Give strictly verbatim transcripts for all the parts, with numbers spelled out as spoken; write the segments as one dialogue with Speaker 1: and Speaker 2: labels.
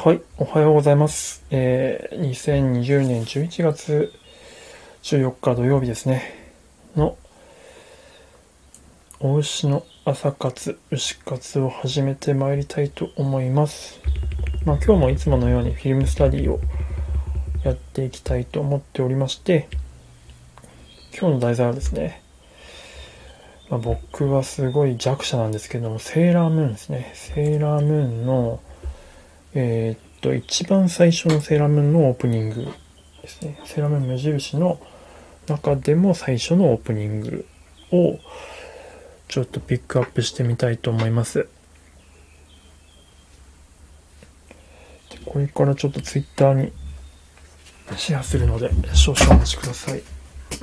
Speaker 1: はい、おはようございます。えー、にせんにじゅうねんじゅういちがつじゅうよっか土曜日ですね。の、お牛の朝活、牛活を始めてまいりたいと思います。まあ今日もいつものようにフィルムスタディをやっていきたいと思っておりまして、今日の題材はですね、まあ、僕はすごい弱者なんですけども、セーラームーンですね。セーラームーンの、えー、っと、一番最初のセーラームーンのオープニングですね。セーラームーン無印の中でも最初のオープニングをちょっとピックアップしてみたいと思います。これからちょっとツイッターにシェアするので少々お待ちください。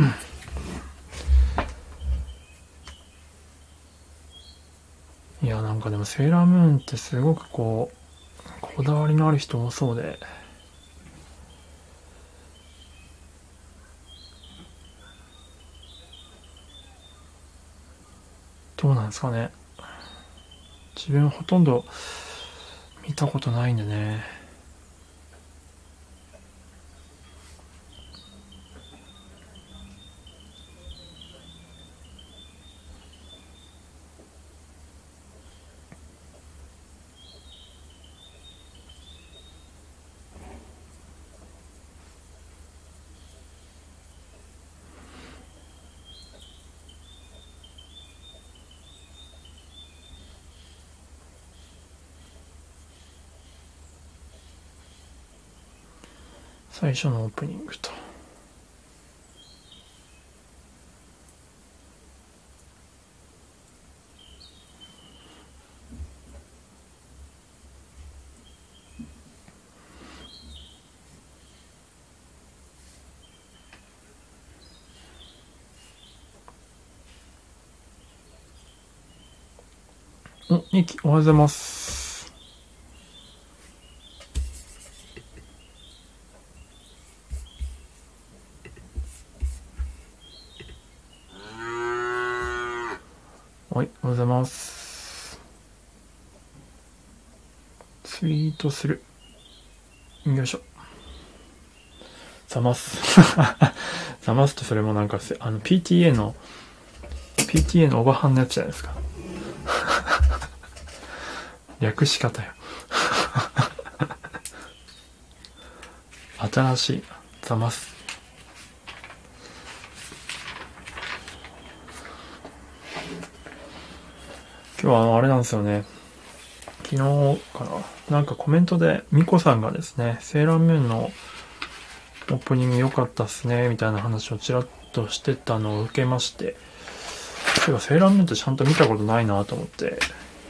Speaker 1: いや、なんかでもセーラームーンってすごくこうこだわりのある人多そうで、どうなんですかね。自分ほとんど見たことないんでね。最初のオープニングと。お、ニキ、おはようございます。はい、おはようございます。ツイートする。よいしょ。ざますざますと、それもなんかあの ピーティーエー の ピーティーエー のオバハンのやつじゃないですか。略し方よ新しいざます。今日はあれなんですよね。昨日かな、なんかコメントでミコさんがですね、セーラームーンのオープニング良かったっすねみたいな話をちらっとしてたのを受けまして、そういえばセーラームーンってちゃんと見たことないなと思って、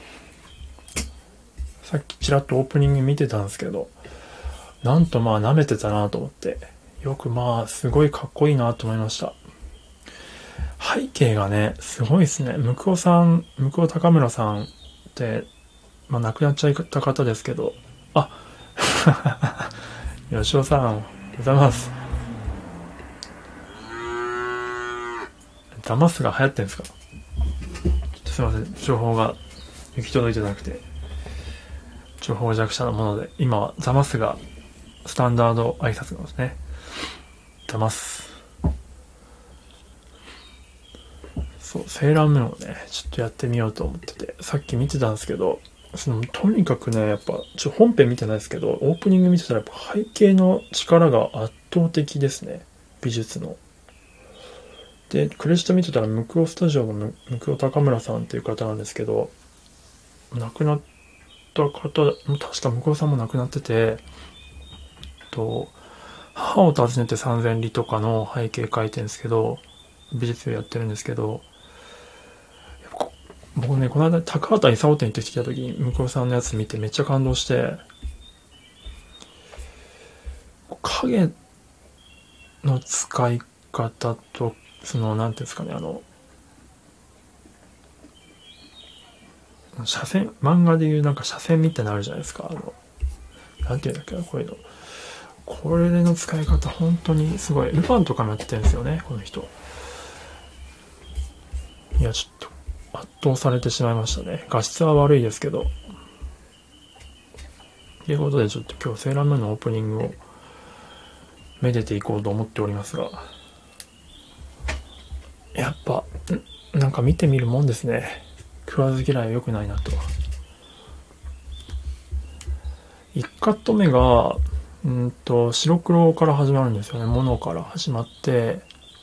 Speaker 1: さっきちらっとオープニング見てたんですけど、なんとまあ舐めてたなと思って、よくまあすごいかっこいいなと思いました。背景がね、すごいですね。向尾さん、向尾高村さんって、まあ亡くなっちゃった方ですけど、あ吉尾さん、おはようございます。ザマスが流行ってんですか？ちょっとすいません、情報が行き届いてなくて、情報弱者のもので、今はザマスがスタンダード挨拶なんですね。ザマス。そう、セーラームーンをね、ちょっとやってみようと思ってて、さっき見てたんですけど、そのとにかくね、やっぱちょ本編見てないですけど、オープニング見てたらやっぱ背景の力が圧倒的ですね、美術の。でクレジット見てたら向こうスタジオの向尾高村さんっていう方なんですけど、亡くなった方、確か向尾さんも亡くなってて、と母を訪ねてさんぜん里とかの背景描いてるんですけど、美術をやってるんですけど、僕ね、この間高畑勲店行ってきた時に向尾さんのやつ見てめっちゃ感動して、影の使い方と、そのなんていうんですかね、あの斜線、漫画でいうなんか斜線みたいなのあるじゃないですか、あのなんていうんだっけな、こういうの、これの使い方本当にすごい。ルパンとかもやってるんですよね、この人。いや、ちょっと圧倒されてしまいましたね。画質は悪いですけど、 ということで、ちょっと今日セーラームーンのオープニングをめでていこうと思っておりますが、やっぱなんか見てみるもんですね。食わず嫌いは良くないなと。いちカット目がうんと白黒から始まるんですよね。モノから始まって、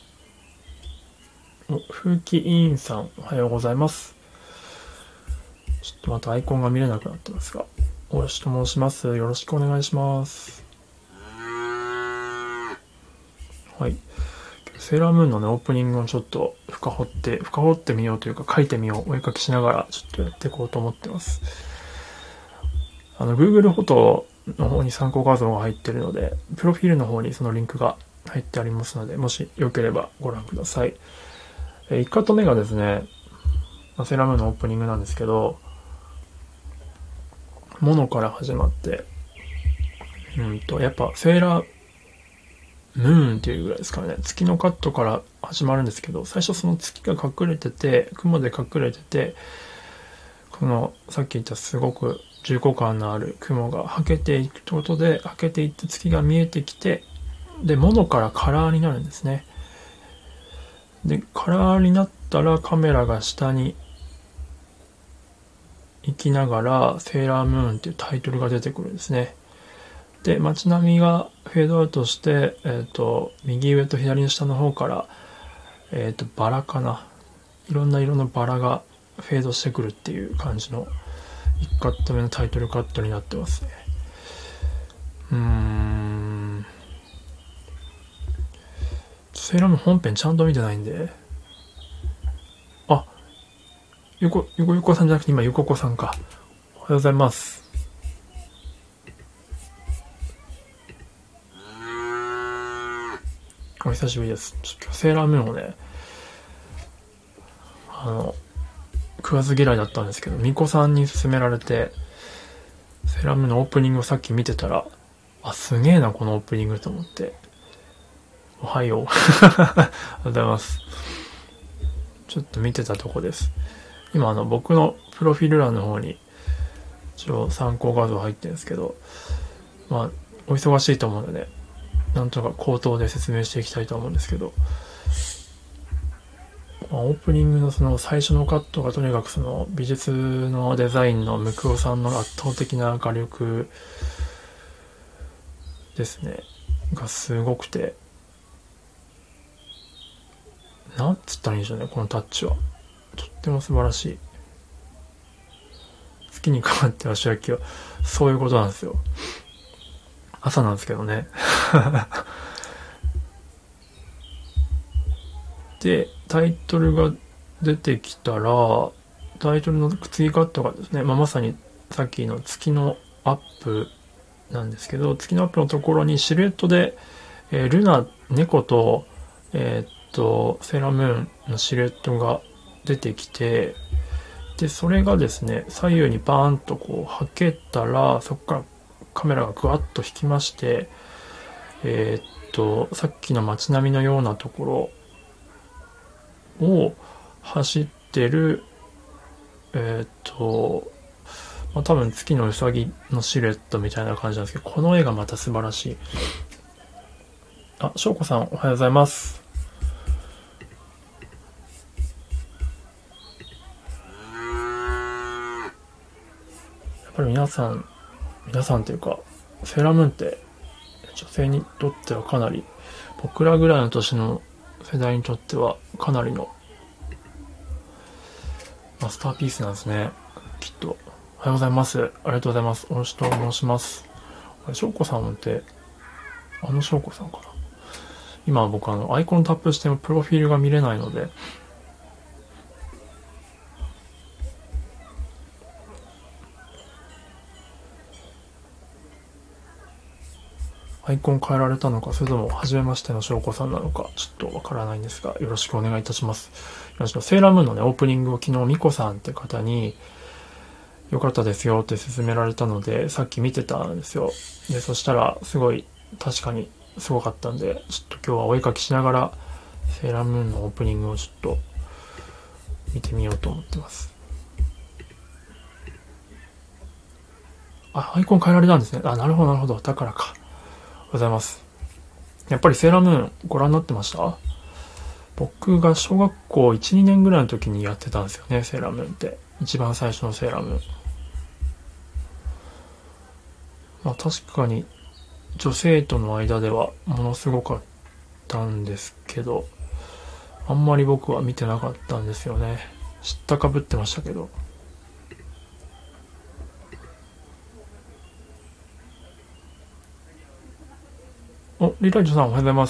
Speaker 1: お、風紀委員さんおはようございます。ちょっとまたアイコンが見れなくなってますが、大吉と申します。よろしくお願いします。はい。セーラームーンのね、オープニングをちょっと深掘って、深掘ってみようというか書いてみよう、お絵描きしながらちょっとやっていこうと思ってます。あの、Google フォトの方に参考画像が入っているので、プロフィールの方にそのリンクが入ってありますので、もしよければご覧ください。えー、いちカット目がですね、セーラームーンのオープニングなんですけど、モノから始まって、うんと、やっぱセーラームーンっていうぐらいですからね、月のカットから始まるんですけど、最初その月が隠れてて、雲で隠れてて、このさっき言ったすごく重厚感のある雲がはけていくことで、はけていって月が見えてきて、で、モノからカラーになるんですね。で、カラーになったらカメラが下に行きながら、セーラームーンっていうタイトルが出てくるんですね。で、街並みがフェードアウトして、えっと、右上と左の下の方から、えっと、バラかな。いろんな色のバラがフェードしてくるっていう感じのいちカット目のタイトルカットになってますね。うーん。セーラームーン本編ちゃんと見てないんで。あ、ゆこ、ゆこゆこさんじゃなくて今ゆここさんか。おはようございます。お久しぶりです。ちょっと今日セーラームーンをね、あの、食わず嫌いだったんですけど、みこさんに勧められて、セーラームーンのオープニングをさっき見てたら、あ、すげえな、このオープニングと思って。おはよう。ありがとうございます。ちょっと見てたとこです。今、あの、僕のプロフィール欄の方に、一応参考画像入ってるんですけど、まあ、お忙しいと思うので、なんとか口頭で説明していきたいと思うんですけど、まあ、オープニングのその最初のカットがとにかくその美術のデザインのムクオさんの圧倒的な画力ですね、がすごくて、なんつったらいいんでしょうね、このタッチは。とっても素晴らしい。月に変わって足焼きは、そういうことなんですよ。朝なんですけどね。で、タイトルが出てきたら、タイトルの次カットがですね、まあ、まさにさっきの月のアップなんですけど、月のアップのところにシルエットで、えー、ルナ、猫と、えー、っと、セーラームーンのシルエットが出てきて、で、それがですね、左右にバーンとこう、はけたら、そこからカメラがグワッと引きまして、えー、っと、さっきの街並みのようなところを走ってる、えー、っと、まあ、多分月のうさぎのシルエットみたいな感じなんですけど、この絵がまた素晴らしい。あ、しょうこさんおはようございます。やっぱり皆さん、皆さんというか、セーラームーンって女性にとってはかなり、僕らぐらいの年の世代にとってはかなりのマスターピースなんですね。きっと。おはようございます。ありがとうございます。おしと申します。あれ、しょうこさんって、あのしょうこさんかな。今僕あの、アイコンタップしてもプロフィールが見れないので、アイコン変えられたのか、それとも初めましてのしょうこさんなのか、ちょっとわからないんですが、よろしくお願いいたします。よろしく。セーラームーンのね、オープニングを昨日みこさんって方に、よかったですよって勧められたので、さっき見てたんですよ。で、そしたら、すごい、確かにすごかったんで、ちょっと今日はお絵描きしながら、セーラームーンのオープニングをちょっと、見てみようと思ってます。 あ、アイコン変えられたんですね。あ、なるほどなるほど。だからか。ございます。やっぱりセーラームーンご覧になってました？僕が小学校いち、にねんぐらいの時にやってたんですよね、セーラームーンって。一番最初のセーラームーン。まあ確かに女性との間ではものすごかったんですけど、あんまり僕は見てなかったんですよね。知ったかぶってましたけど。お、リライトさんおはようございます。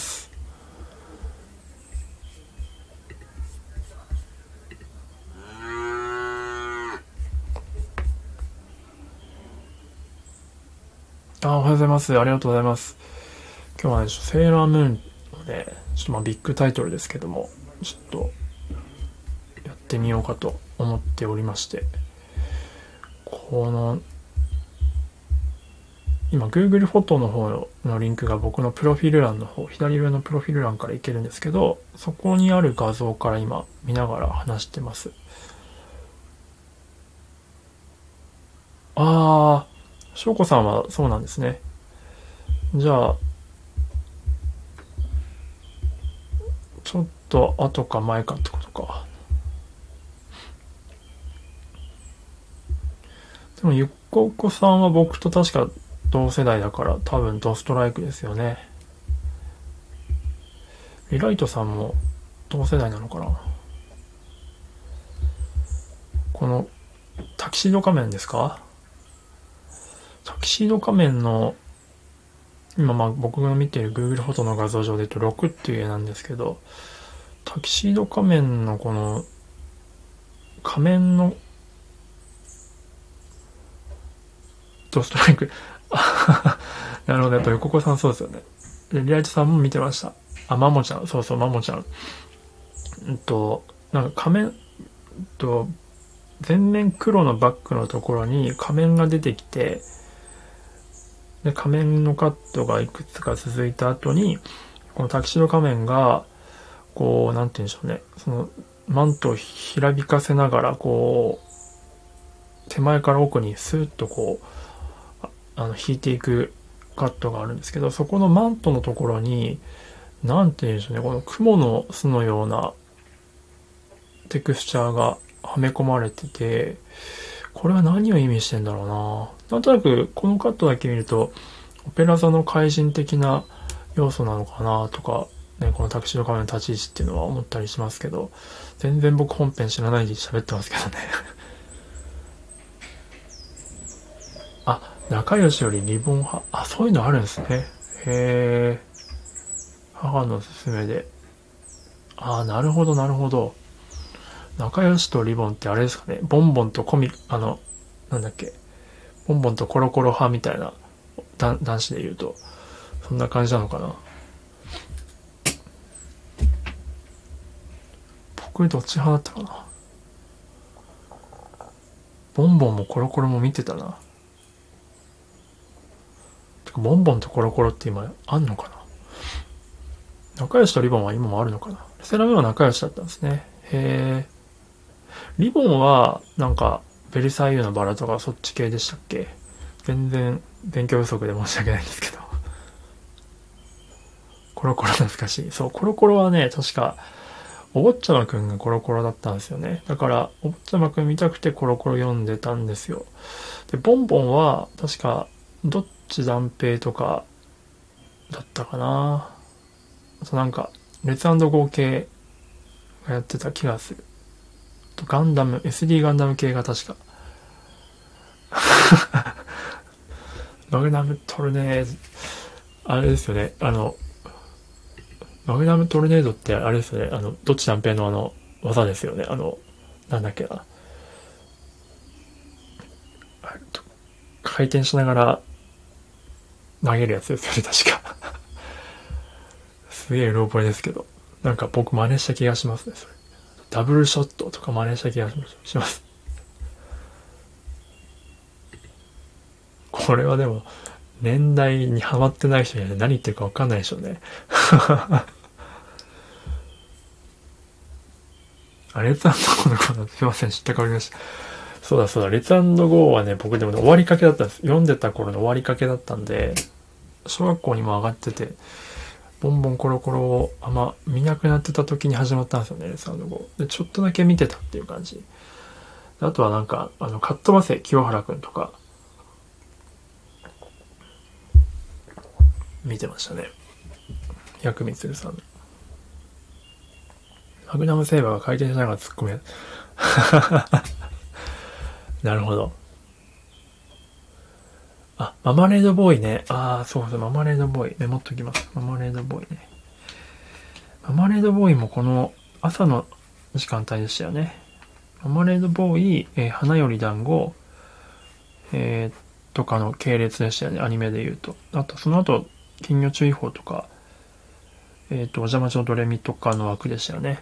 Speaker 1: あ、おはようございます。ありがとうございます。今日はね、セーラームーンのね、ちょっとまあビッグタイトルですけども、ちょっとやってみようかと思っておりまして、この、今 Google フォトの方のリンクが僕のプロフィール欄の方、左上のプロフィール欄からいけるんですけど、そこにある画像から今見ながら話してます。あー、翔子さんはそうなんですね。じゃあ、ちょっと後か前かってことか。でもゆっここさんは僕と確か同世代だから多分ドストライクですよね。リライトさんも同世代なのかな。このタキシード仮面ですか？タキシード仮面の今まあ僕が見ている Google フォトの画像上で言うとろくっていう絵なんですけど、タキシード仮面のこの仮面のドストライクなるほど、やっぱ横子さんそうですよね。でリライトさんも見てました。あ、マモちゃん、そうそう、マモちゃん。うんと、なんか仮面と、全面黒のバッグのところに仮面が出てきて、で、仮面のカットがいくつか続いた後に、このタキシード仮面が、こう、なんて言うんでしょうね。その、マントをひらびかせながら、こう、手前から奥にスーッとこう、あの、引いていくカットがあるんですけど、そこのマントのところに、なんて言うんでしょうね。この雲の巣のようなテクスチャーがはめ込まれてて、これは何を意味してんだろうな。なんとなくこのカットだけ見るとオペラ座の怪人的な要素なのかなとか、ね、このタキシード仮面の立ち位置っていうのは思ったりしますけど、全然僕本編知らないで喋ってますけどねあ、仲良しよりリボン派。あ、そういうのあるんですね。へえ。母の勧めで。あ、なるほどなるほど。仲良しとリボンってあれですかね。ボンボンとコミ、あの、なんだっけ。ボンボンとコロコロ派みたいな、男子で言うと、そんな感じなのかな。僕どっち派だったかな。ボンボンもコロコロも見てたな。てかボンボンとコロコロって今あんのかな。仲良しとリボンは今もあるのかな。セラミは仲良しだったんですね。へえ。リボンはなんかベルサイユのバラとかそっち系でしたっけ？全然勉強不足で申し訳ないんですけどコロコロ懐かしい。そう、コロコロはね、確かお坊ちゃまくんがコロコロだったんですよね。だからお坊ちゃまくん見たくてコロコロ読んでたんですよ。でボンボンは確かどっち断平とかだったかな。あとなんか列合系がやってた気がする。とガンダム エスディー ガンダム系が確かマグナムトルネード、あれですよね。あの、マグナムトルネードってあれですよね。あの、どっち断平のあの、技ですよね。あの、なんだっけな。回転しながら投げるやつですよね、確か。すげえうろ覚えですけど。なんか僕真似した気がしますね、それ。ダブルショットとか真似した気がします。これはでも、年代にハマってない人には何言ってるか分かんないでしょうね。あれさんのこの子すいません、知ったかぶりました。 そうだそうだ、レッツ&ゴーはね、僕でも、ね、終わりかけだったんです。読んでた頃の終わりかけだったんで、小学校にも上がってて、ボンボンコロコロをあんま見なくなってた時に始まったんですよね、レッツ&ゴー。で、ちょっとだけ見てたっていう感じ。あとはなんか、あの、かっ飛ばせ、清原くんとか、見てましたね。薬味つるさんの。マグナムセーバーが回転しながら突っ込め。なるほど。あ、ママレードボーイね。ああ、そうそう、ママレードボーイ。メモっときます。ママレードボーイね。ママレードボーイもこの朝の時間帯でしたよね。ママレードボーイ、えー、花より団子、えー、とかの系列でしたよね。アニメで言うと。あと、その後、金魚注意報とか、えっと、お邪魔女ドレミとかの枠でしたよね。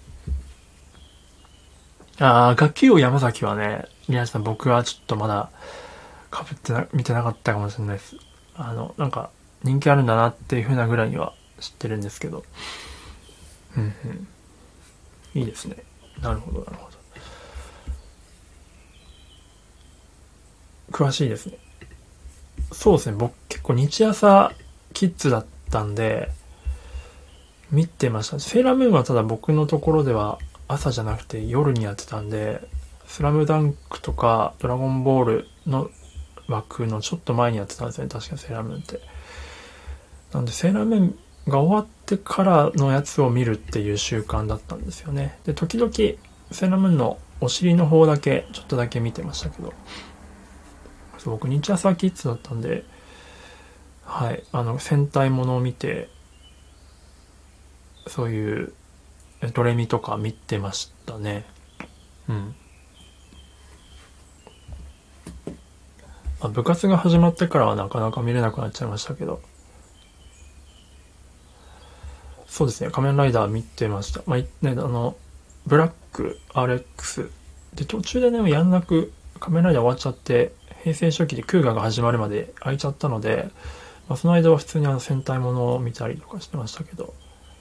Speaker 1: ああ、学級王山崎はね、宮地さん、僕はちょっとまだ、かぶってな、見てなかったかもしれないです。あの、なんか、人気あるんだなっていう風なぐらいには知ってるんですけど。うんうん。いいですね。なるほど、なるほど。詳しいですね。そうですね、僕結構日朝キッズだったんで、見てました。セーラームーンはただ僕のところでは朝じゃなくて夜にやってたんで、スラムダンクとかドラゴンボールの枠のちょっと前にやってたんですね。確かセーラームーンって。なんでセーラームーンが終わってからのやつを見るっていう習慣だったんですよね。で、時々セーラームーンのお尻の方だけちょっとだけ見てましたけど、そう僕日朝キッズだったんで、はい、あの戦隊ものを見て、そういうドレミとか見てましたね。うん。まあ、部活が始まってからはなかなか見れなくなっちゃいましたけど。そうですね、仮面ライダー見てました。まあ、ね、あの、ブラック、アールエックス。で、途中でね、やんなく仮面ライダー終わっちゃって、平成初期でクーガが始まるまで空いちゃったので、まあ、その間は普通にあの戦隊ものを見たりとかしてましたけど。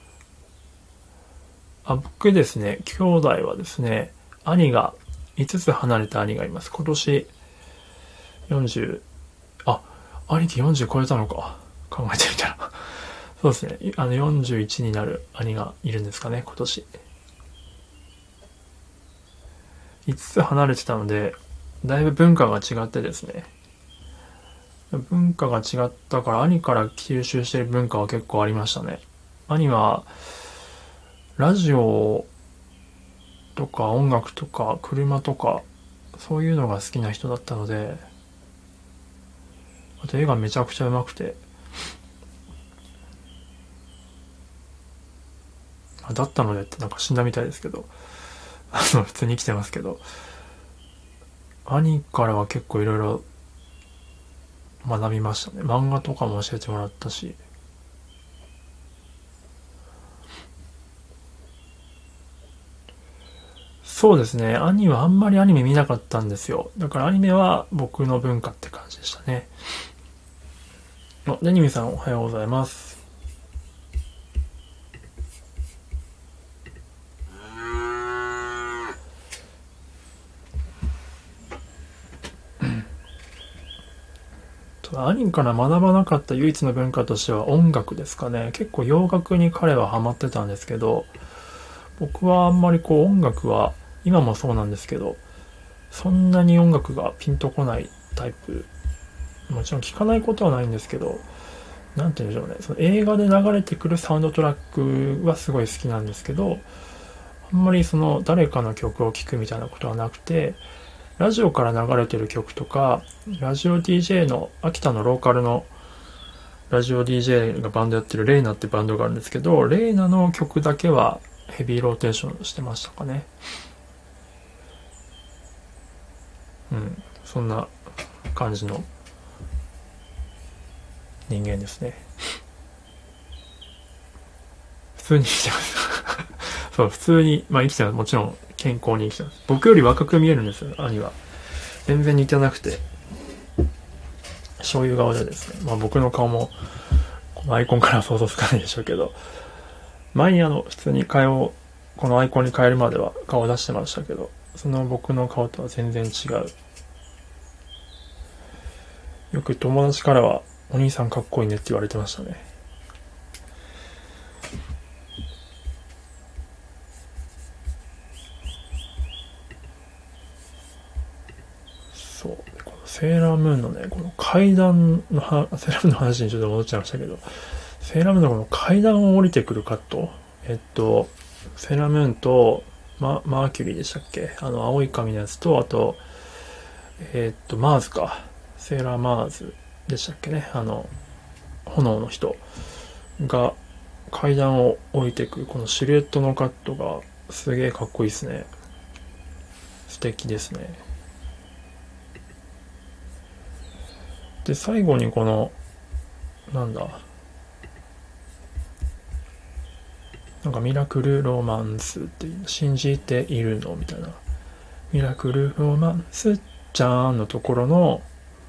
Speaker 1: あ、僕ですね、兄弟はですね、兄が、いつつ離れた兄がいます。今年よんじゅう、あ、兄貴よんじゅう超えたのか。考えてみたら。そうですね、あのよんじゅういちになる兄がいるんですかね、今年。いつつ離れてたので、だいぶ文化が違ってですね。文化が違ったから、兄から吸収してる文化は結構ありましたね。兄は、ラジオとか音楽とか車とかそういうのが好きな人だったので、あと絵がめちゃくちゃ上手くて、だったのでってなんか死んだみたいですけど、あの普通に生きてますけど、兄からは結構いろいろ学びましたね。漫画とかも教えてもらったし。そうですね。兄はあんまりアニメ見なかったんですよ。だからアニメは僕の文化って感じでしたね。あ、デニミさんおはようございます。兄から学ばなかった唯一の文化としては音楽ですかね。結構洋楽に彼はハマってたんですけど、僕はあんまりこう音楽は今もそうなんですけど、そんなに音楽がピンとこないタイプ。もちろん聴かないことはないんですけど、なんて言うんでしょうね、その映画で流れてくるサウンドトラックはすごい好きなんですけど、あんまりその誰かの曲を聴くみたいなことはなくて、ラジオから流れてる曲とか、ラジオ ディージェー の秋田のローカルのラジオ ディージェー がバンドやってるレイナってバンドがあるんですけど、レイナの曲だけはヘビーローテーションしてましたかね。うん、そんな感じの人間ですね。普通に生きてますそう、普通に、まあ生きてます。もちろん健康に生きてます。僕より若く見えるんですよ、兄は。全然似てなくて。醤油顔でですね。まあ僕の顔も、このアイコンからは想像つかないでしょうけど、前にあの、普通に顔を、このアイコンに変えるまでは顔を出してましたけど、 その僕の顔とは全然違う。よく友達からはお兄さんかっこいいねって言われてましたね。そう。このセーラームーンのね、この階段のは、セーラームーンの話にちょっと戻っちゃいましたけど、セーラームーンのこの階段を降りてくるカット。えっと、セーラームーンと、ママーキュリーでしたっけ、あの、青い髪のやつと、あと、えっと、マーズか。セーラーマーズでしたっけね。あの、炎の人が階段を降りてくる、このシルエットのカットがすげえかっこいいですね。素敵ですね。で、最後にこの、なんだ、なんかミラクルロマンスって信じているのみたいな。ミラクルロマンスじゃーんのところの、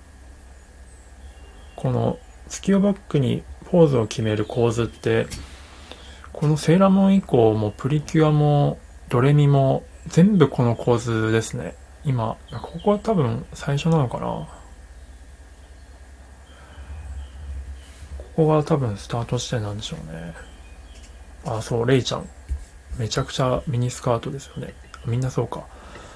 Speaker 1: この月をバックにポーズを決める構図って、このセーラームーン以降もプリキュアもドレミも全部この構図ですね。今、ここは多分最初なのかな。ここが多分スタート地点なんでしょうね。あ、そう、レイちゃん。めちゃくちゃミニスカートですよね。みんなそうか。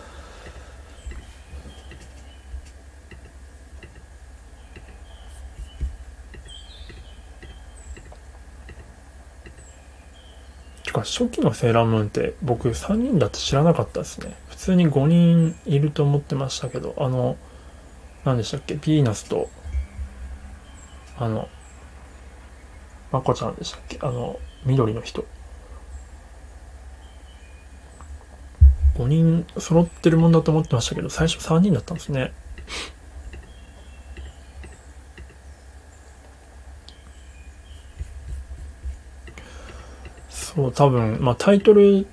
Speaker 1: てか、初期のセーラームーンって僕さんにんだって知らなかったですね。普通にごにんいると思ってましたけど、あの、何でしたっけ、ピーナスと、あの、まこちゃんでしたっけ、あの、緑の人。ごにん揃ってるもんだと思ってましたけど、最初さんにんだったんですね。そう、多分、まあタイトル、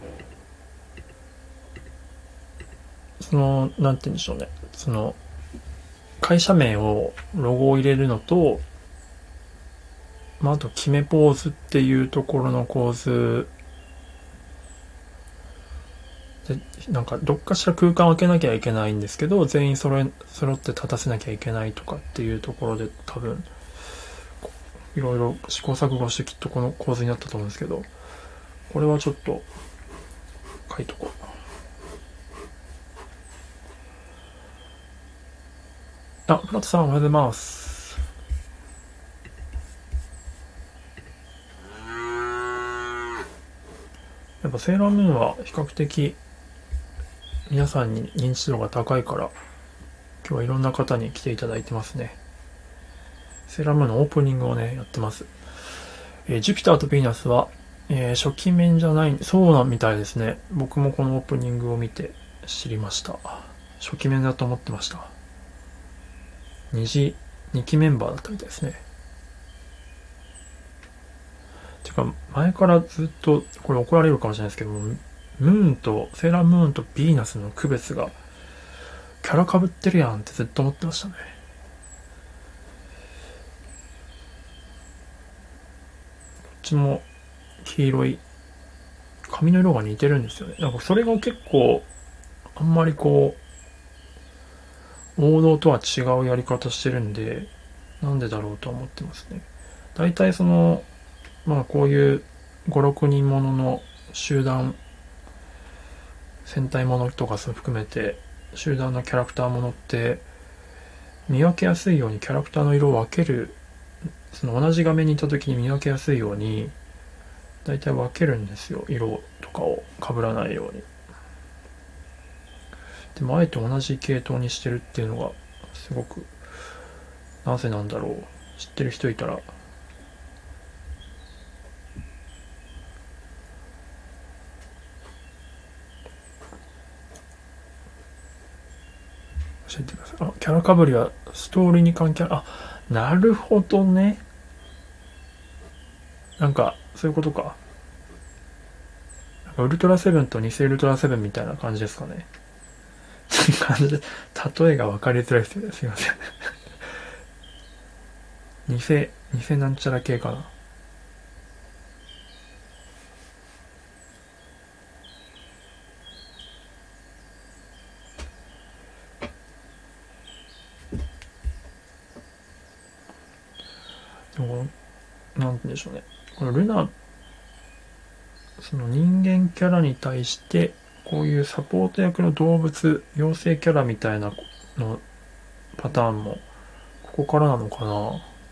Speaker 1: その、なんて言うんでしょうね。その、会社名を、ロゴを入れるのと、まああと、決めポーズっていうところの構図で、なんかどっかしら空間を空けなきゃいけないんですけど、全員揃え揃って立たせなきゃいけないとかっていうところで、多分いろいろ試行錯誤してきっとこの構図になったと思うんですけど、これはちょっと書いとこう。あ、フラットさんおはようございます。やっぱセーラームーンは比較的皆さんに認知度が高いから、今日はいろんな方に来ていただいてますね。セーラームーンのオープニングをね、やってます。えー、ジュピターとヴィーナスは、えー、初期面じゃない、そうなんみたいですね。僕もこのオープニングを見て知りました。初期面だと思ってました。二次、二期メンバーだったみたいですね。てか、前からずっと、これ怒られるかもしれないですけども、ムーンと、セーラームーンとヴィーナスの区別が、キャラ被ってるやんってずっと思ってましたね。こっちも黄色い、髪の色が似てるんですよね。なんかそれが結構、あんまりこう、王道とは違うやり方してるんで、なんでだろうとは思ってますね。大体その、まあこういうご、ろくにんものの集団、戦隊ものとか含めて、集団のキャラクターものって、見分けやすいようにキャラクターの色を分ける、その同じ画面にいた時に見分けやすいように、大体分けるんですよ。色とかを被らないように。でもあえて同じ系統にしてるっていうのが、すごく、なぜなんだろう。知ってる人いたら、教えてください。あ、キャラかぶりはストーリーに関係ある。あ、なるほどね。なんか、そういうことか。なんかウルトラセブンと偽ウルトラセブンみたいな感じですかね。そういう感じで、例えが分かりづらいですよね。すいません。偽、偽なんちゃら系かな。 のなんて言うんでしょうね。このルナ、その人間キャラに対して、こういうサポート役の動物、妖精キャラみたいなのパターンも、ここからなのかな。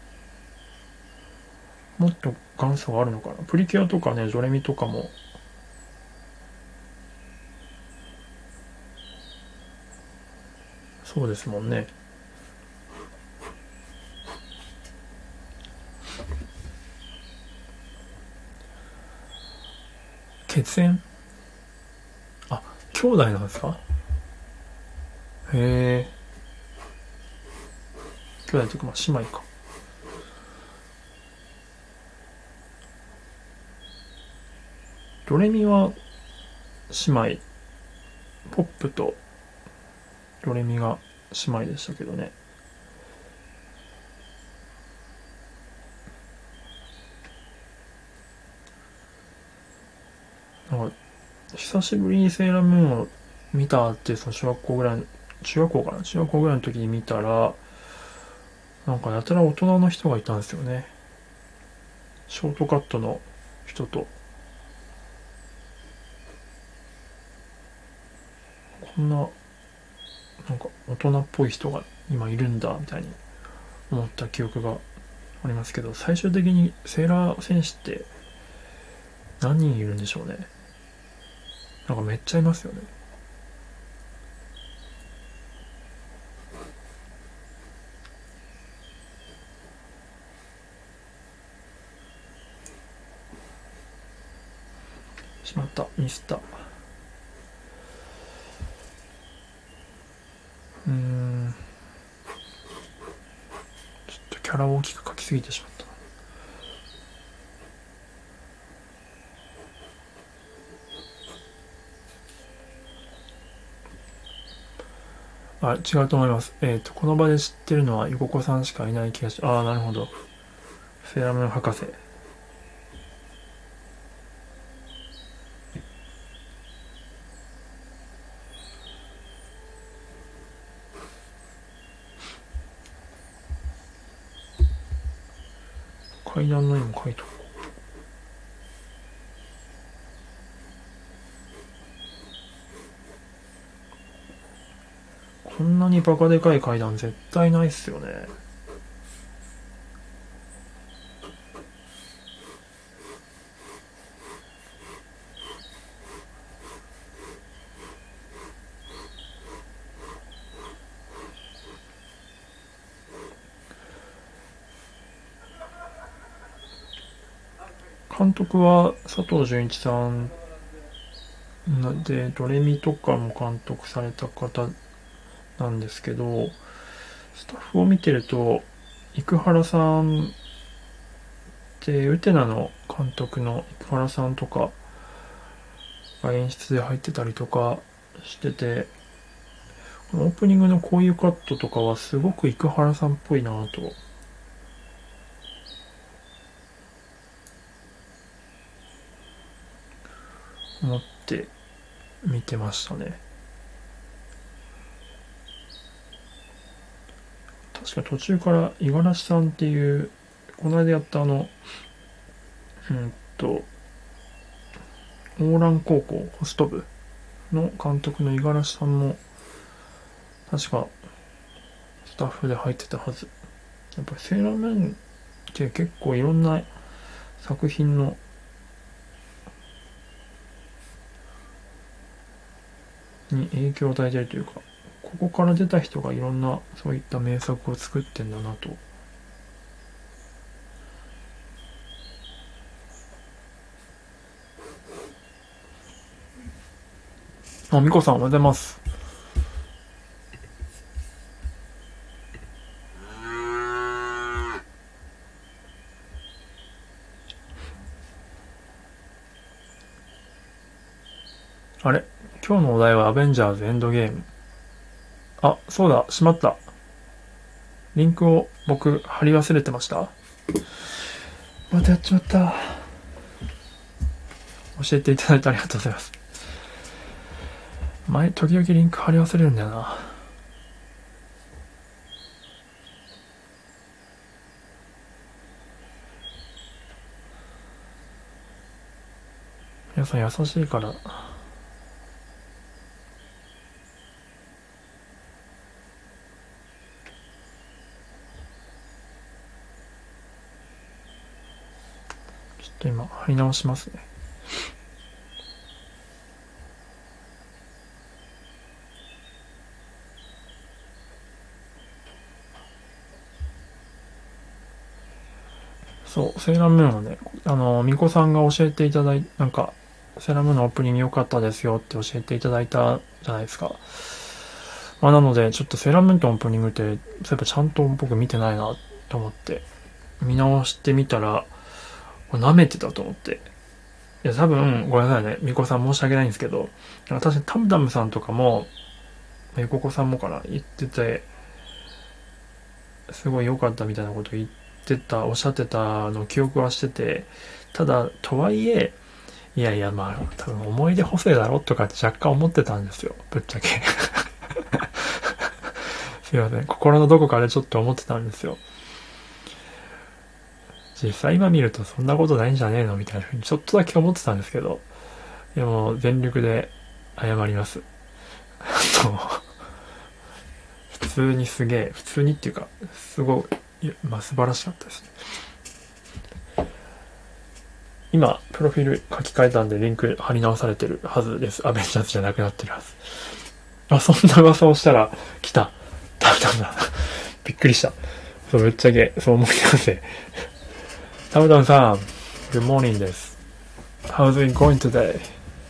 Speaker 1: もっと元祖があるのかな。プリキュアとかね、ジョレミとかも、そうですもんね。血縁あ、兄弟なんですか？へえ。兄弟というか、まあ、姉妹か。ドレミは姉妹。ポップとドレミが姉妹でしたけどね。なんか、久しぶりにセーラームーンを見たって、その小学校ぐらい、中学校かな中学校ぐらいの時に見たら、なんかやたら大人の人がいたんですよね。ショートカットの人と、こんな、なんか大人っぽい人が今いるんだ、みたいに思った記憶がありますけど、最終的にセーラー戦士って何人いるんでしょうね。なんかめっちゃいますよね。しまった、ミスった。うーん、ちょっとキャラを大きく描きすぎてしまった。あ、違うと思います。えっ、ー、と、この場で知ってるのは、ゆここさんしかいない気がし、ああ、なるほど。セーラームーン博士。階段の絵も描いとこう。こんなにバカでかい階段絶対ないっすよね。監督は佐藤純一さんで、ドレミとかも監督された方なんですけど、スタッフを見てると、生原さんってウテナの監督の生原さんとかが演出で入ってたりとかしてて、このオープニングのこういうカットとかはすごく生原さんっぽいなぁと思って見てましたね。確か途中から五十嵐さんっていう、この間やったあの、うんと、オーラン高校ホスト部の監督の五十嵐さんも確かスタッフで入ってたはず。やっぱりセーラームーンって結構いろんな作品のに影響を与えているというか、ここから出た人がいろんなそういった名作を作ってんだなと。あ、みこさんおはようございます。あれ今日のお題はアベンジャーズエンドゲーム。あ、そうだ、しまった。リンクを僕貼り忘れてました。またやっちまった。教えていただいてありがとうございます。前、時々リンク貼り忘れるんだよな。 さん優しいから。ちょっと今貼り直しますね。そう、セーラームーンをね、あの、みこさんが教えていただいて、なんか、セーラームーンのオープニング良かったですよって教えていただいたじゃないですか。まあ、なので、ちょっとセーラームーンとオープニングって、そういえばちゃんと僕見てないなと思って、見直してみたら、舐めてたと思って。いや、多分、ごめんなさいね。みこさん申し訳ないんですけど、確かにタムタムさんとかも、みここさんもかな、言ってて、すごい良かったみたいなこと言ってた、おっしゃってたの記憶はしてて、ただ、とはいえ、いやいや、まあ、多分思い出補正だろとかって若干思ってたんですよ。ぶっちゃけ。すいません。心のどこかでちょっと思ってたんですよ。実際今見るとそんなことないんじゃねえのみたいなふうにちょっとだけ思ってたんですけど、でも全力で謝ります。普通にすげえ、普通にっていうか、すごい、まあ素晴らしかったですね。今、プロフィール書き換えたんでリンク貼り直されてるはずです。アベンジャーズじゃなくなってるはず。あ、そんな噂をしたら来た。ダメだな。びっくりした。そう、ぶっちゃけ、そう思い出せ。タムタムさん、Good morning です。How's it going today?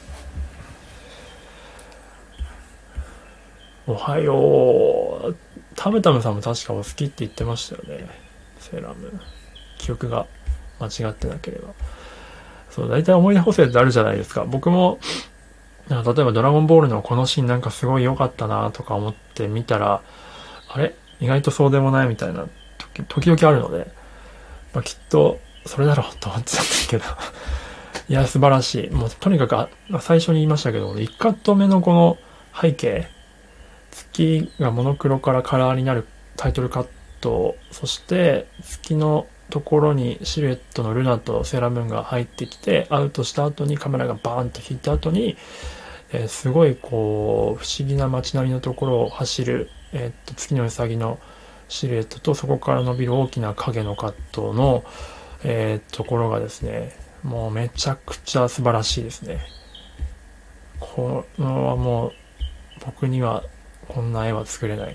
Speaker 1: おはよう。タムタムさんも確かお好きって言ってましたよね。セーラームーン。記憶が間違ってなければ。そう、大体思い出補正ってあるじゃないですか。僕も、例えばドラゴンボールのこのシーンなんかすごい良かったなとか思って見たら、あれ意外とそうでもないみたいな時、時々あるので、まあ、きっとそれだろうと思ってたんですけど。いや、素晴らしい。もうとにかく、最初に言いましたけど、いちカット目のこの背景、月がモノクロからカラーになるタイトルカット、そして月のところにシルエットのルナとセーラームーンが入ってきて、アウトした後にカメラがバーンと引いた後に、えー、すごいこう、不思議な街並みのところを走る、えー、っと、月のうさぎのシルエットとそこから伸びる大きな影のカットの、えー、ところがですね、もうめちゃくちゃ素晴らしいですね。このはもう、僕にはこんな絵は作れない。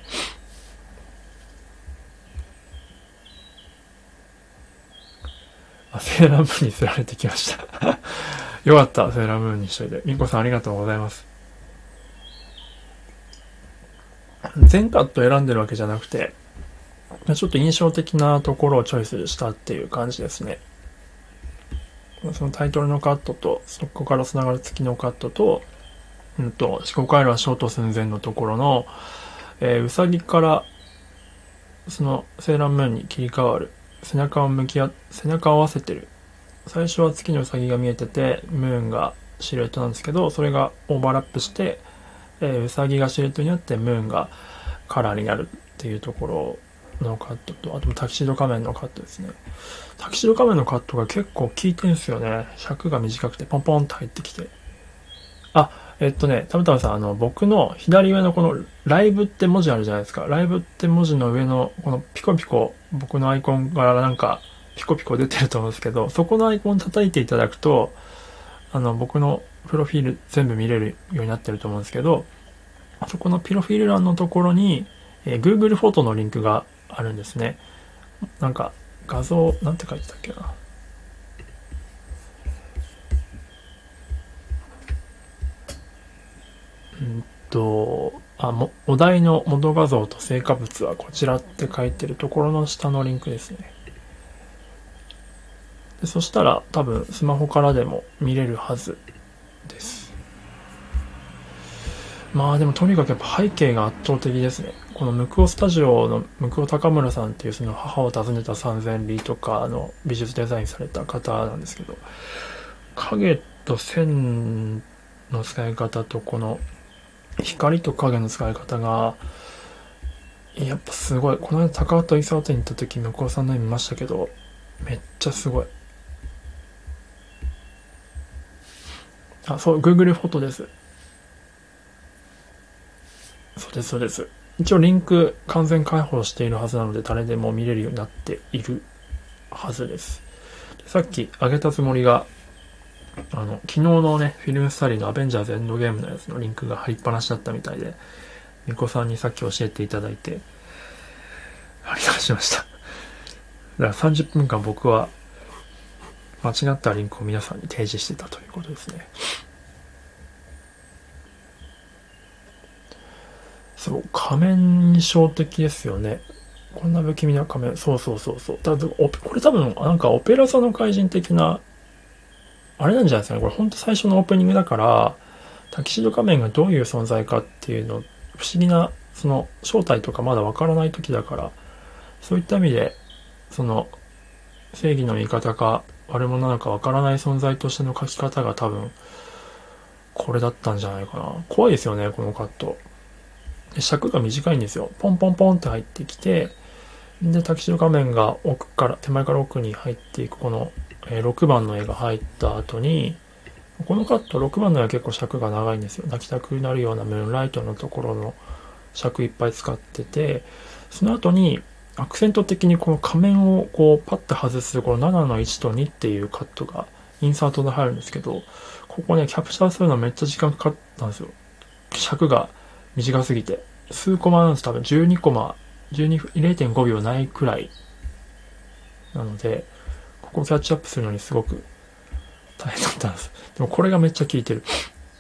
Speaker 1: あ、セーラームーンに釣られてきました。よかった、セーラームーンにしといて。みこさんありがとうございます。全カット選んでるわけじゃなくて、ちょっと印象的なところをチョイスしたっていう感じですね。そのタイトルのカットと、そこから繋がる月のカットと、うんと、四国回路はショート寸前のところの、えー、うさぎから、そのセーラームーンに切り替わる。背中を向き合、背中を合わせてる。最初は月のうさぎが見えてて、ムーンがシルエットなんですけど、それがオーバーラップして、えー、うさぎがシルエットになって、ムーンがカラーになるっていうところのカットと、あとタキシード仮面のカットですね。タキシード仮面のカットが結構効いてんすよね。尺が短くてポンポンと入ってきて。あ、えっとね、たぶたぶさん、あの、僕の左上のこのライブって文字あるじゃないですか。ライブって文字の上のこのピコピコ、僕のアイコンからなんかピコピコ出てると思うんですけど、そこのアイコン叩いていただくと、あの、僕のプロフィール全部見れるようになってると思うんですけど、そこのプロフィール欄のところに、えー、Google フォトのリンクがあるんですね。なんか、画像、なんて書いてたっけな。うんと、あ、も、お題の元画像と成果物はこちらって書いてるところの下のリンクですね。でそしたら多分スマホからでも見れるはずです。まあでもとにかくやっぱ背景が圧倒的ですね。この向こうスタジオの向こう高村さんっていうその母を訪ねた三千里とかの美術デザインされた方なんですけど、影と線の使い方とこの光と影の使い方がやっぱすごい。この間高畑勲店に行った時向こうさんの絵見ましたけど、めっちゃすごい。 あ、そう、Google フォトです。そうです、そうです。一応リンク完全開放しているはずなので、誰でも見れるようになっているはずです。さっき上げたつもりが、あの、昨日のね、フィルムスタディのアベンジャーズエンドゲームのやつのリンクが貼りっぱなしだったみたいで、みこさんにさっき教えていただいて、貼り出しました。だからさんじゅっぷんかん僕は、間違ったリンクを皆さんに提示してたということですね。そう、仮面印象的ですよね。こんな不気味な仮面。そうそうそうそう。だこれ多分、なんかオペラ座の怪人的な、あれなんじゃないですかね。これほんと最初のオープニングだから、タキシード仮面がどういう存在かっていうの、不思議な、その、正体とかまだわからない時だから、そういった意味で、その、正義の味方か悪者なのかわからない存在としての書き方が多分、これだったんじゃないかな。怖いですよね、このカット。で尺が短いんですよ。ポンポンポンって入ってきて、で、タキシード仮面が奥から、手前から奥に入っていくこの、えー、ろくばんの絵が入った後に、このカットろくばんの絵は結構尺が長いんですよ。泣きたくなるようなムーンライトのところの尺いっぱい使ってて、その後にアクセント的にこの仮面をこうパッと外すこのななのいちとにっていうカットがインサートで入るんですけど、ここね、キャプチャーするのめっちゃ時間かかったんですよ。尺が短すぎて。数コマなんです。多分じゅうにコマ、じゅうに、れいてんごびょうないくらい。なので、ここをキャッチアップするのにすごく大変だったんです。でもこれがめっちゃ効いてる。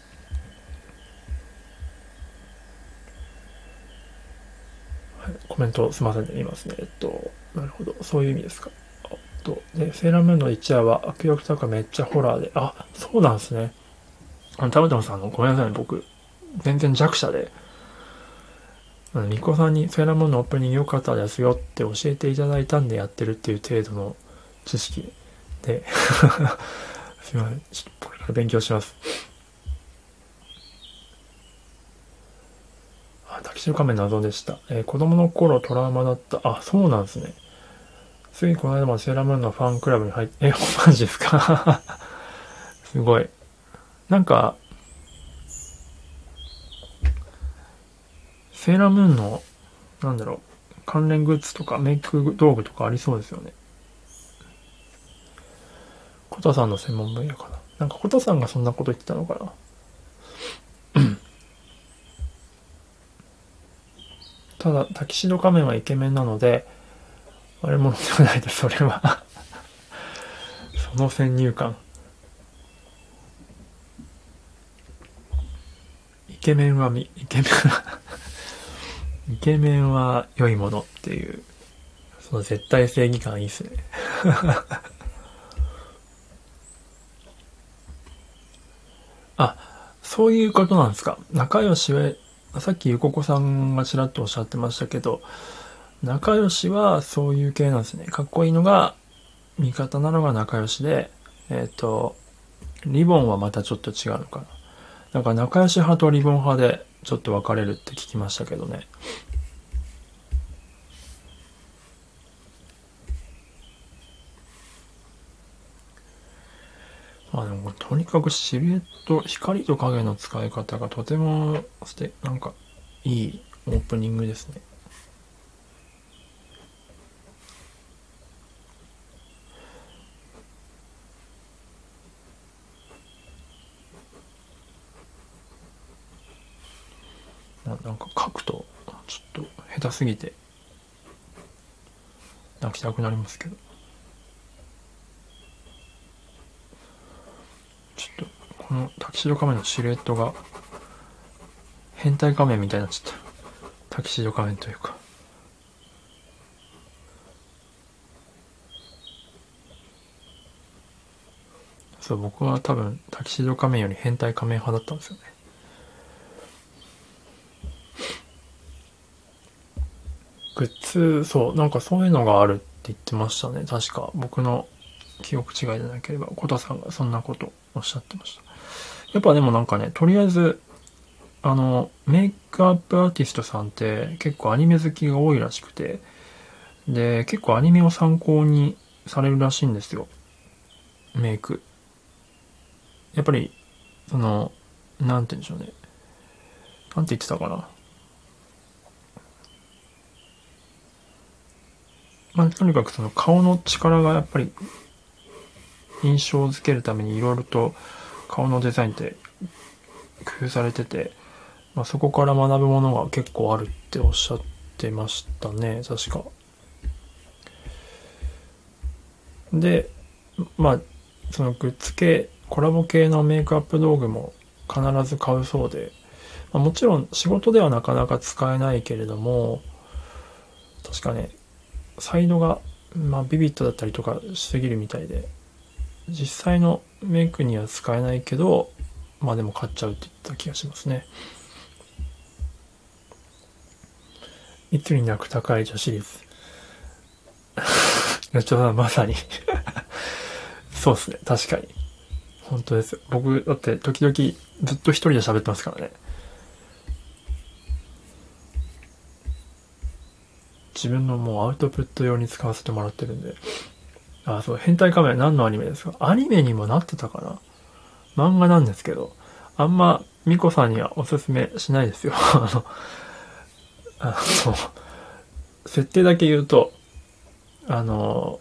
Speaker 1: はい、コメントすみませんね、言いますね。えっと、なるほど。そういう意味ですか。えっと、で、セーラームーンのいちわは悪役とかめっちゃホラーで、あ、そうなんですね。あの、たまたまさん、あの、ごめんなさいね、僕、全然弱者で、みこさんにセーラームーンのオープニング良かったですよって教えていただいたんでやってるっていう程度の知識で、すいません。ちょっとこれから勉強します。あ、タキシード仮面謎でした。えー、子供の頃トラウマだった。あ、そうなんですね。ついこの間もセーラームーンのファンクラブに入って、え、マジですかすごい。なんか、セーラームーンの、なんだろう、関連グッズとかメイク道具とかありそうですよね。コタさんの専門分野かな。なんかコタさんがそんなこと言ってたのかな。ただ、タキシード仮面はイケメンなので、あれものではないです、それは。その先入観。イケメンはみ、イケメンはイケメンは良いものっていう、その絶対正義感いいっすね。あ、そういうことなんですか。仲良しは、さっきゆここさんがちらっとおっしゃってましたけど、仲良しはそういう系なんですね。かっこいいのが味方なのが仲良しで、えっと、リボンはまたちょっと違うのかな。なんか仲良し派とリボン派でちょっと分かれるって聞きましたけどね。あ、でもとにかくシルエット、光と影の使い方がとてもして、なんかいいオープニングですね。ななんか書くとちょっと下手すぎて泣きたくなりますけど、ちょっとこのタキシード仮面のシルエットが変態仮面みたいになっちゃった。タキシード仮面というか。そう、僕は多分タキシード仮面より変態仮面派だったんですよね。グッズ、そう、なんかそういうのがあるって言ってましたね。確か。僕の記憶違いでなければ、コタさんがそんなことおっしゃってました。やっぱでもなんかね、とりあえず、あの、メイクアップアーティストさんって結構アニメ好きが多いらしくて、で、結構アニメを参考にされるらしいんですよ。メイク。やっぱり、 その、なんて言うんでしょうね。なんて言ってたかな。まあ、とにかくその顔の力がやっぱり印象づけるためにいろいろと顔のデザインって工夫されてて、まあ、そこから学ぶものが結構あるっておっしゃってましたね、確か。で、まあ、そのグッズ系、コラボ系のメイクアップ道具も必ず買うそうで、まあ、もちろん仕事ではなかなか使えないけれども、確かね、サイドが、まあ、ビビットだったりとかしすぎるみたいで、実際のメイクには使えないけど、まあでも買っちゃうって言った気がしますね。いつになく高い女子率。いや、ちょっとまさにそうですね。確かに。本当です。僕、だって時々ずっと一人で喋ってますからね。自分のもうアウトプット用に使わせてもらってるんで。あ、そう、変態仮面何のアニメですか？アニメにもなってたかな？漫画なんですけど、あんまミコさんにはおすすめしないですよ。あの、あの、設定だけ言うと、あの、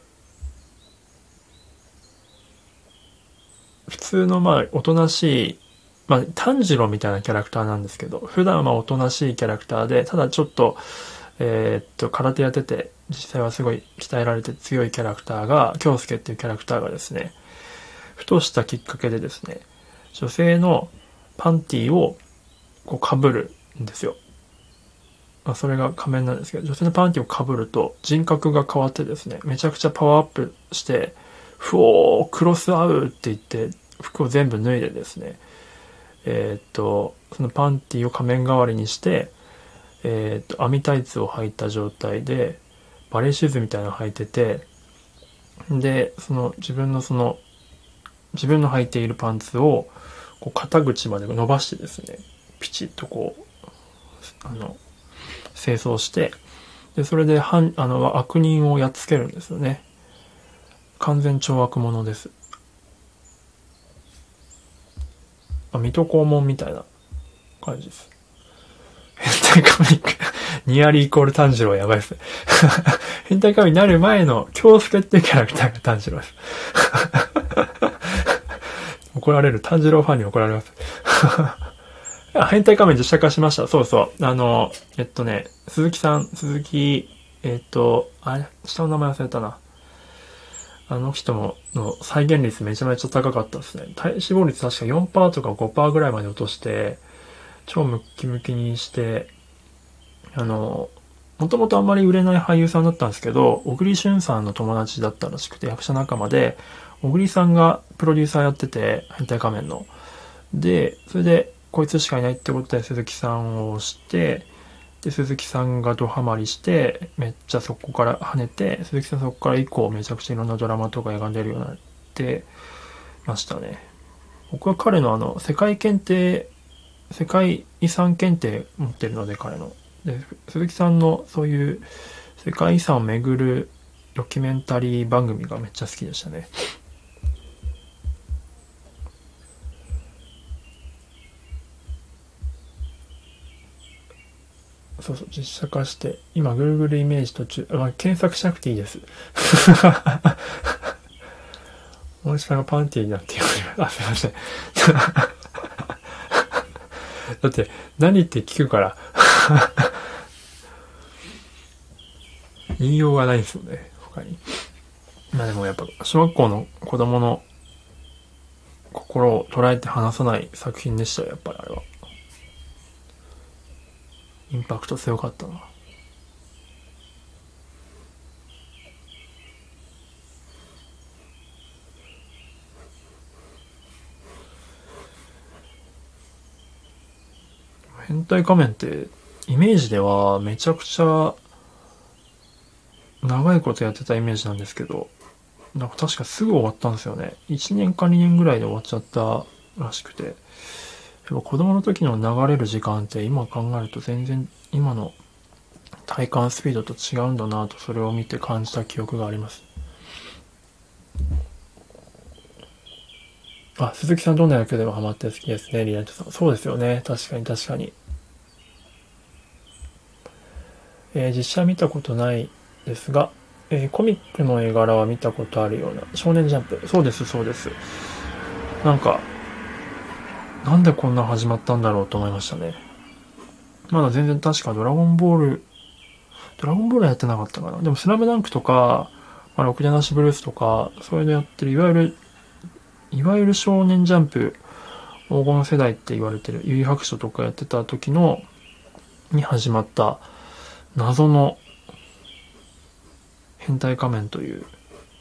Speaker 1: 普通のまあおとなしい、まあ炭治郎みたいなキャラクターなんですけど、普段はおとなしいキャラクターで、ただちょっと、えーっと、空手やってて、実際はすごい鍛えられて強いキャラクターが、京介っていうキャラクターがですね、ふとしたきっかけでですね、女性のパンティをこう被るんですよ。まあ、それが仮面なんですけど、女性のパンティを被ると人格が変わってですね、めちゃくちゃパワーアップして、ふおー、クロスアウって言って、服を全部脱いでですね、えーっと、そのパンティを仮面代わりにして、えーっと、網タイツを履いた状態で、バレーシューズみたいなの履いてて、で、その自分のその、自分の履いているパンツを、こう肩口まで伸ばしてですね、ピチッとこう、あの、清掃して、で、それで犯、あの、悪人をやっつけるんですよね。完全懲悪者です。あ、水戸黄門みたいな感じです。変態仮面、ニアリーイコール炭治郎やばいですね。変態仮面になる前の京介っていうキャラクターが炭治郎です。怒られる。炭治郎ファンに怒られます。変態仮面実写化しました。そうそう。あの、えっとね、鈴木さん、鈴木、えっと、あれ、下の名前忘れたな。あの人もの再現率めちゃめちゃ高かったですね。体脂肪率確か よんパーセント とか ごパーセント ぐらいまで落として、超ムッキムキにして、あの、もともとあんまり売れない俳優さんだったんですけど、小栗旬さんの友達だったらしくて、役者仲間で、小栗さんがプロデューサーやってて、変態仮面の。で、それで、こいつしかいないってことで鈴木さんをして、で、鈴木さんがドハマりして、めっちゃそこから跳ねて、鈴木さんそこから以降めちゃくちゃいろんなドラマとか映画に出るようになってましたね。僕は彼のあの、世界検定、世界遺産検定持ってるので、彼の。で、鈴木さんのそういう世界遺産を巡るドキュメンタリー番組がめっちゃ好きでしたね。そうそう、実写化して、今 Google イメージ途中、まあ、検索しなくていいです。大石さんがパンティーになって言われる。あ、すいません。だって、何って聞くから、言いようがないですよね、他に。まあでもやっぱ、小学校の子供の心を捉えて離さない作品でしたよ、やっぱりあれは。インパクト強かったな。変態仮面ってイメージではめちゃくちゃ長いことやってたイメージなんですけど、なんか確かすぐ終わったんですよね。いちねんかにねんぐらいで終わっちゃったらしくて。やっぱ子供の時の流れる時間って今考えると全然今の体感スピードと違うんだなと、それを見て感じた記憶があります。 あ、鈴木さんどんな役でもハマって好きですね、リライトさん。そうですよね。確かに確かに。えー実写見たことないですが、えーコミックの絵柄は見たことあるような。少年ジャンプ。そうです、そうです。なんか、なんでこんな始まったんだろうと思いましたね。まだ全然確かドラゴンボール、ドラゴンボールはやってなかったかな。でもスラムダンクとか、まあ、ろくじゃなしブルースとか、そういうのやってる、いわゆる、いわゆる少年ジャンプ、黄金世代って言われてる、ゆい白書とかやってた時の、に始まった謎の変態仮面という。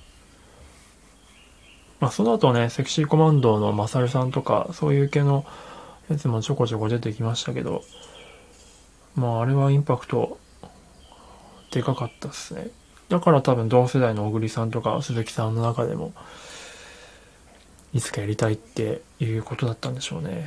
Speaker 1: まあその後ね、セクシーコマンドのマサルさんとか、そういう系のやつもちょこちょこ出てきましたけど、まああれはインパクトでかかったっすね。だから多分同世代の小栗さんとか鈴木さんの中でも、いつかやりたいっていうことだったんでしょうね。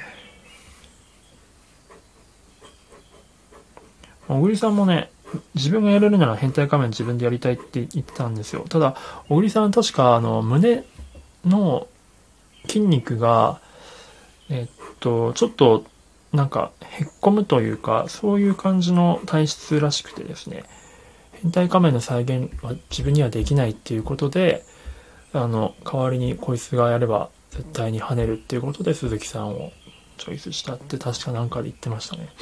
Speaker 1: 小栗さんもね、自分がやれるなら変態仮面自分でやりたいって言ってたんですよ。ただ、小栗さん確かあの胸の筋肉が、えっと、ちょっとなんかへっこむというか、そういう感じの体質らしくてですね、変態仮面の再現は自分にはできないっていうことで、あの、代わりにこいつがやれば絶対に跳ねるっていうことで鈴木さんをチョイスしたって確かなんかで言ってましたね。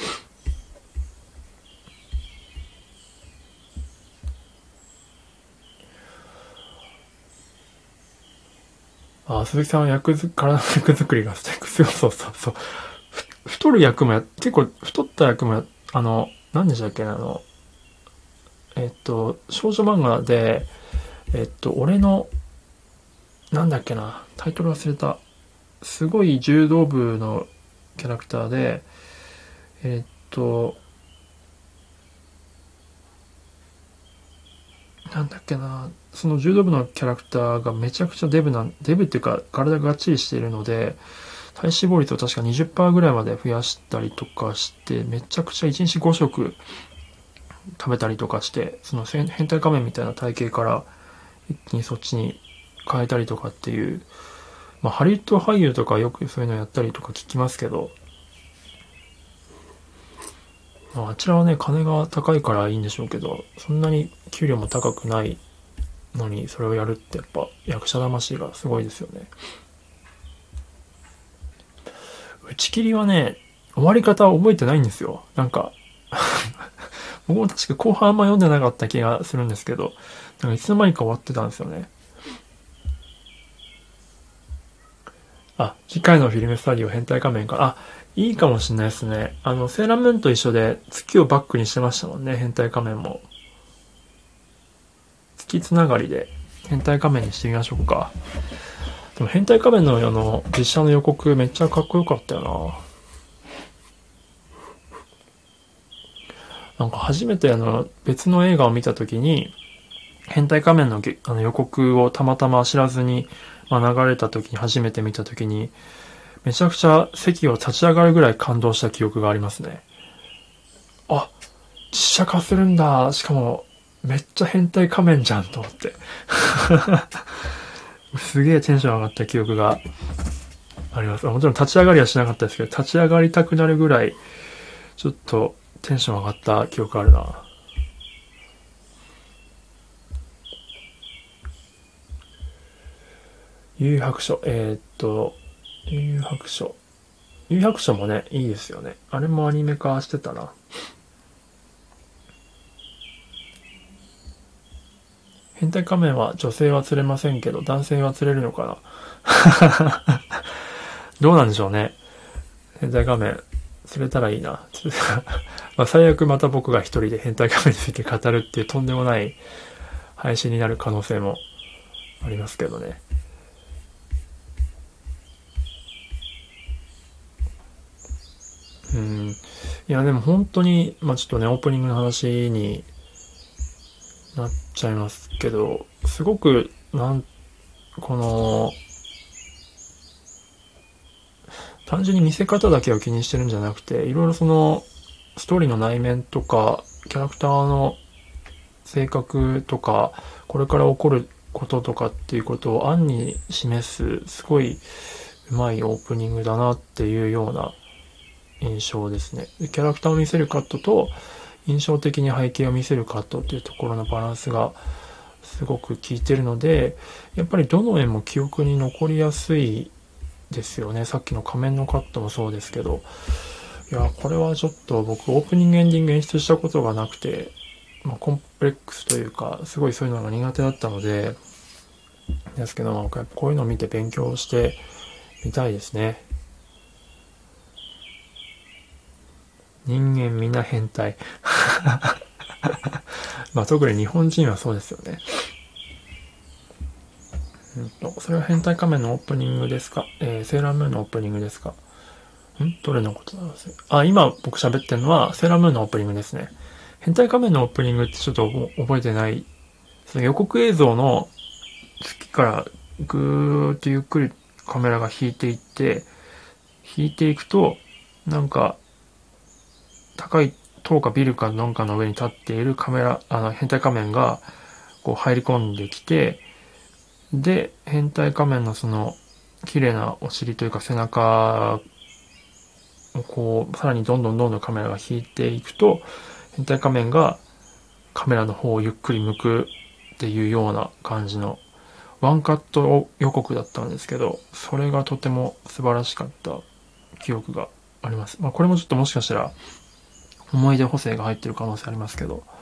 Speaker 1: あ、鈴木さんは役づ体の役作りが素敵。そうそうそうそう。太る役もや、結構太った役もや、あの、何でしたっけな、あの、えっと、少女漫画で、えっと、俺の、なんだっけな、タイトル忘れた。すごい柔道部のキャラクターで、えっと、なんだっけな、その柔道部のキャラクターがめちゃくちゃデブな、デブっていうか体ががっちりしているので、体脂肪率を確かにじゅっパーセントぐらいまで増やしたりとかして、めちゃくちゃいちにちご食食べたりとかして、その変態仮面みたいな体型から一気にそっちに変えたりとかっていう、まあハリウッド俳優とかよくそういうのやったりとか聞きますけど、まあ、あちらはね、金が高いからいいんでしょうけど、そんなに給料も高くないのにそれをやるってやっぱ役者魂がすごいですよね。打ち切りはね、終わり方は覚えてないんですよ。なんか僕も確か後半あんま読んでなかった気がするんですけど、なんかいつの間にか終わってたんですよね。あ、次回のフィルムスタディを変態仮面から、あ、いいかもしれないですね。あの、セーラームーンと一緒で月をバックにしてましたもんね、変態仮面も。月つながりで変態仮面にしてみましょうか。でも変態仮面のあの、実写の予告めっちゃかっこよかったよな。なんか初めてあの、別の映画を見たときに、変態仮面のあの予告をたまたま知らずに、まあ、流れた時に初めて見た時にめちゃくちゃ席を立ち上がるぐらい感動した記憶がありますね。あ、実写化するんだ。しかもめっちゃ変態仮面じゃんと思ってすげえテンション上がった記憶があります。もちろん立ち上がりはしなかったですけど、立ち上がりたくなるぐらいちょっとテンション上がった記憶あるな。幽白書。えー、っと、幽白書。幽白書もね、いいですよね。あれもアニメ化してたな。変態仮面は女性は釣れませんけど、男性は釣れるのかなどうなんでしょうね。変態仮面、釣れたらいいな。まあ最悪また僕が一人で変態仮面について語るっていうとんでもない配信になる可能性もありますけどね。うん。いや、でも本当に、まあちょっとね、オープニングの話になっちゃいますけど、すごく、なん、この、単純に見せ方だけを気にしてるんじゃなくて、いろいろその、ストーリーの内面とか、キャラクターの性格とか、これから起こることとかっていうことを暗に示す、すごいうまいオープニングだなっていうような印象ですね。キャラクターを見せるカットと印象的に背景を見せるカットっていうところのバランスがすごく効いてるので、やっぱりどの絵も記憶に残りやすいですよね。さっきの仮面のカットもそうですけど、いやこれはちょっと僕オープニングエンディング演出したことがなくて、まあ、コンプレックスというかすごいそういうのが苦手だったのでですけど、なんかやっぱこういうのを見て勉強してみたいですね。人間みんな変態まあ特に日本人はそうですよね。うんと、それは変態仮面のオープニングですか、えー、セーラームーンのオープニングですかんどれのことなんですか。あ、今僕喋ってるのはセーラームーンのオープニングですね。変態仮面のオープニングってちょっと覚えてない。その予告映像の月からぐーっとゆっくりカメラが引いていって、引いていくと、なんか、高い塔かビルかなんかの上に立っているカメラ、あの、変態仮面が、こう入り込んできて、で、変態仮面のその、綺麗なお尻というか背中をこう、さらにどんどんどんどんカメラが引いていくと、変態仮面がカメラの方をゆっくり向くっていうような感じの、ワンカット予告だったんですけど、それがとても素晴らしかった記憶があります。まあこれもちょっともしかしたら思い出補正が入ってる可能性ありますけど、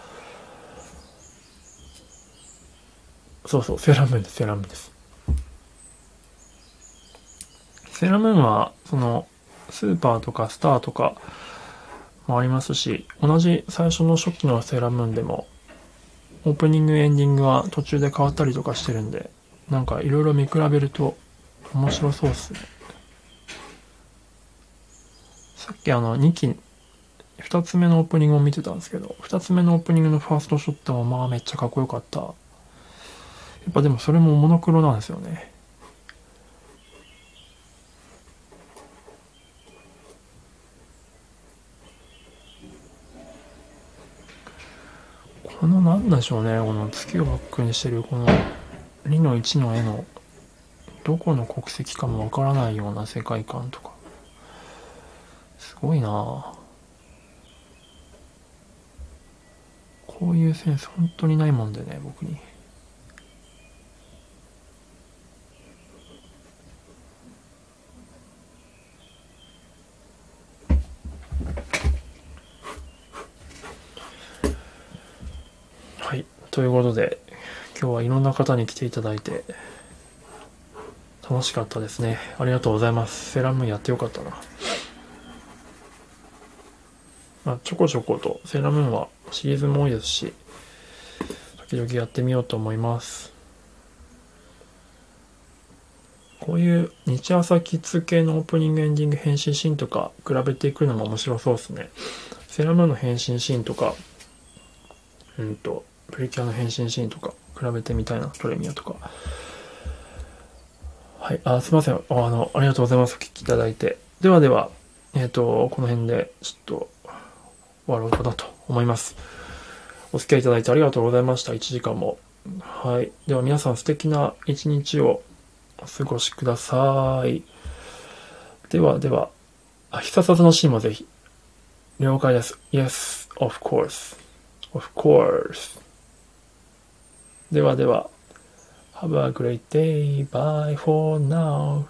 Speaker 1: そうそう、セーラームーンです、セーラームーンです。セーラームーンは、その、スーパーとかスターとかもありますし、同じ最初の初期のセーラームーンでも、オープニングエンディングは途中で変わったりとかしてるんで、なんかいろいろ見比べると面白そうっすね。さっきあのにき、ふたつめのオープニングを見てたんですけど、ふたつめのオープニングのファーストショットもまあめっちゃかっこよかった。やっぱでもそれもモノクロなんですよね。このなんでしょうね、この月をバックにしてるこのにのいちの絵のどこの国籍かもわからないような世界観とか、すごいなぁ。こういうセンス本当にないもんでね、僕に。はい。ということで、今日はいろんな方に来ていただいて、楽しかったですね。ありがとうございます。セーラームーンやってよかったな。まあ、ちょこちょことセーラームーンはシリーズも多いですし、時々やってみようと思います。こういう日朝キッズ系のオープニングエンディング変身シーンとか比べていくのも面白そうですね。セーラームーンの変身シーンとか、うんと、プリキュアの変身シーンとか比べてみたいな、トレミアとか。はい、あ、すいません。あの、ありがとうございます。お聞きいただいて。ではでは、えっと、この辺でちょっと終わろうかなと思います。お付き合いいただいてありがとうございました。いちじかんも。はい。では皆さん素敵な一日をお過ごしください。ではでは、あ、必殺技のシーンもぜひ。了解です。Yes, of course. Of course. ではでは、Have a great day. Bye for now.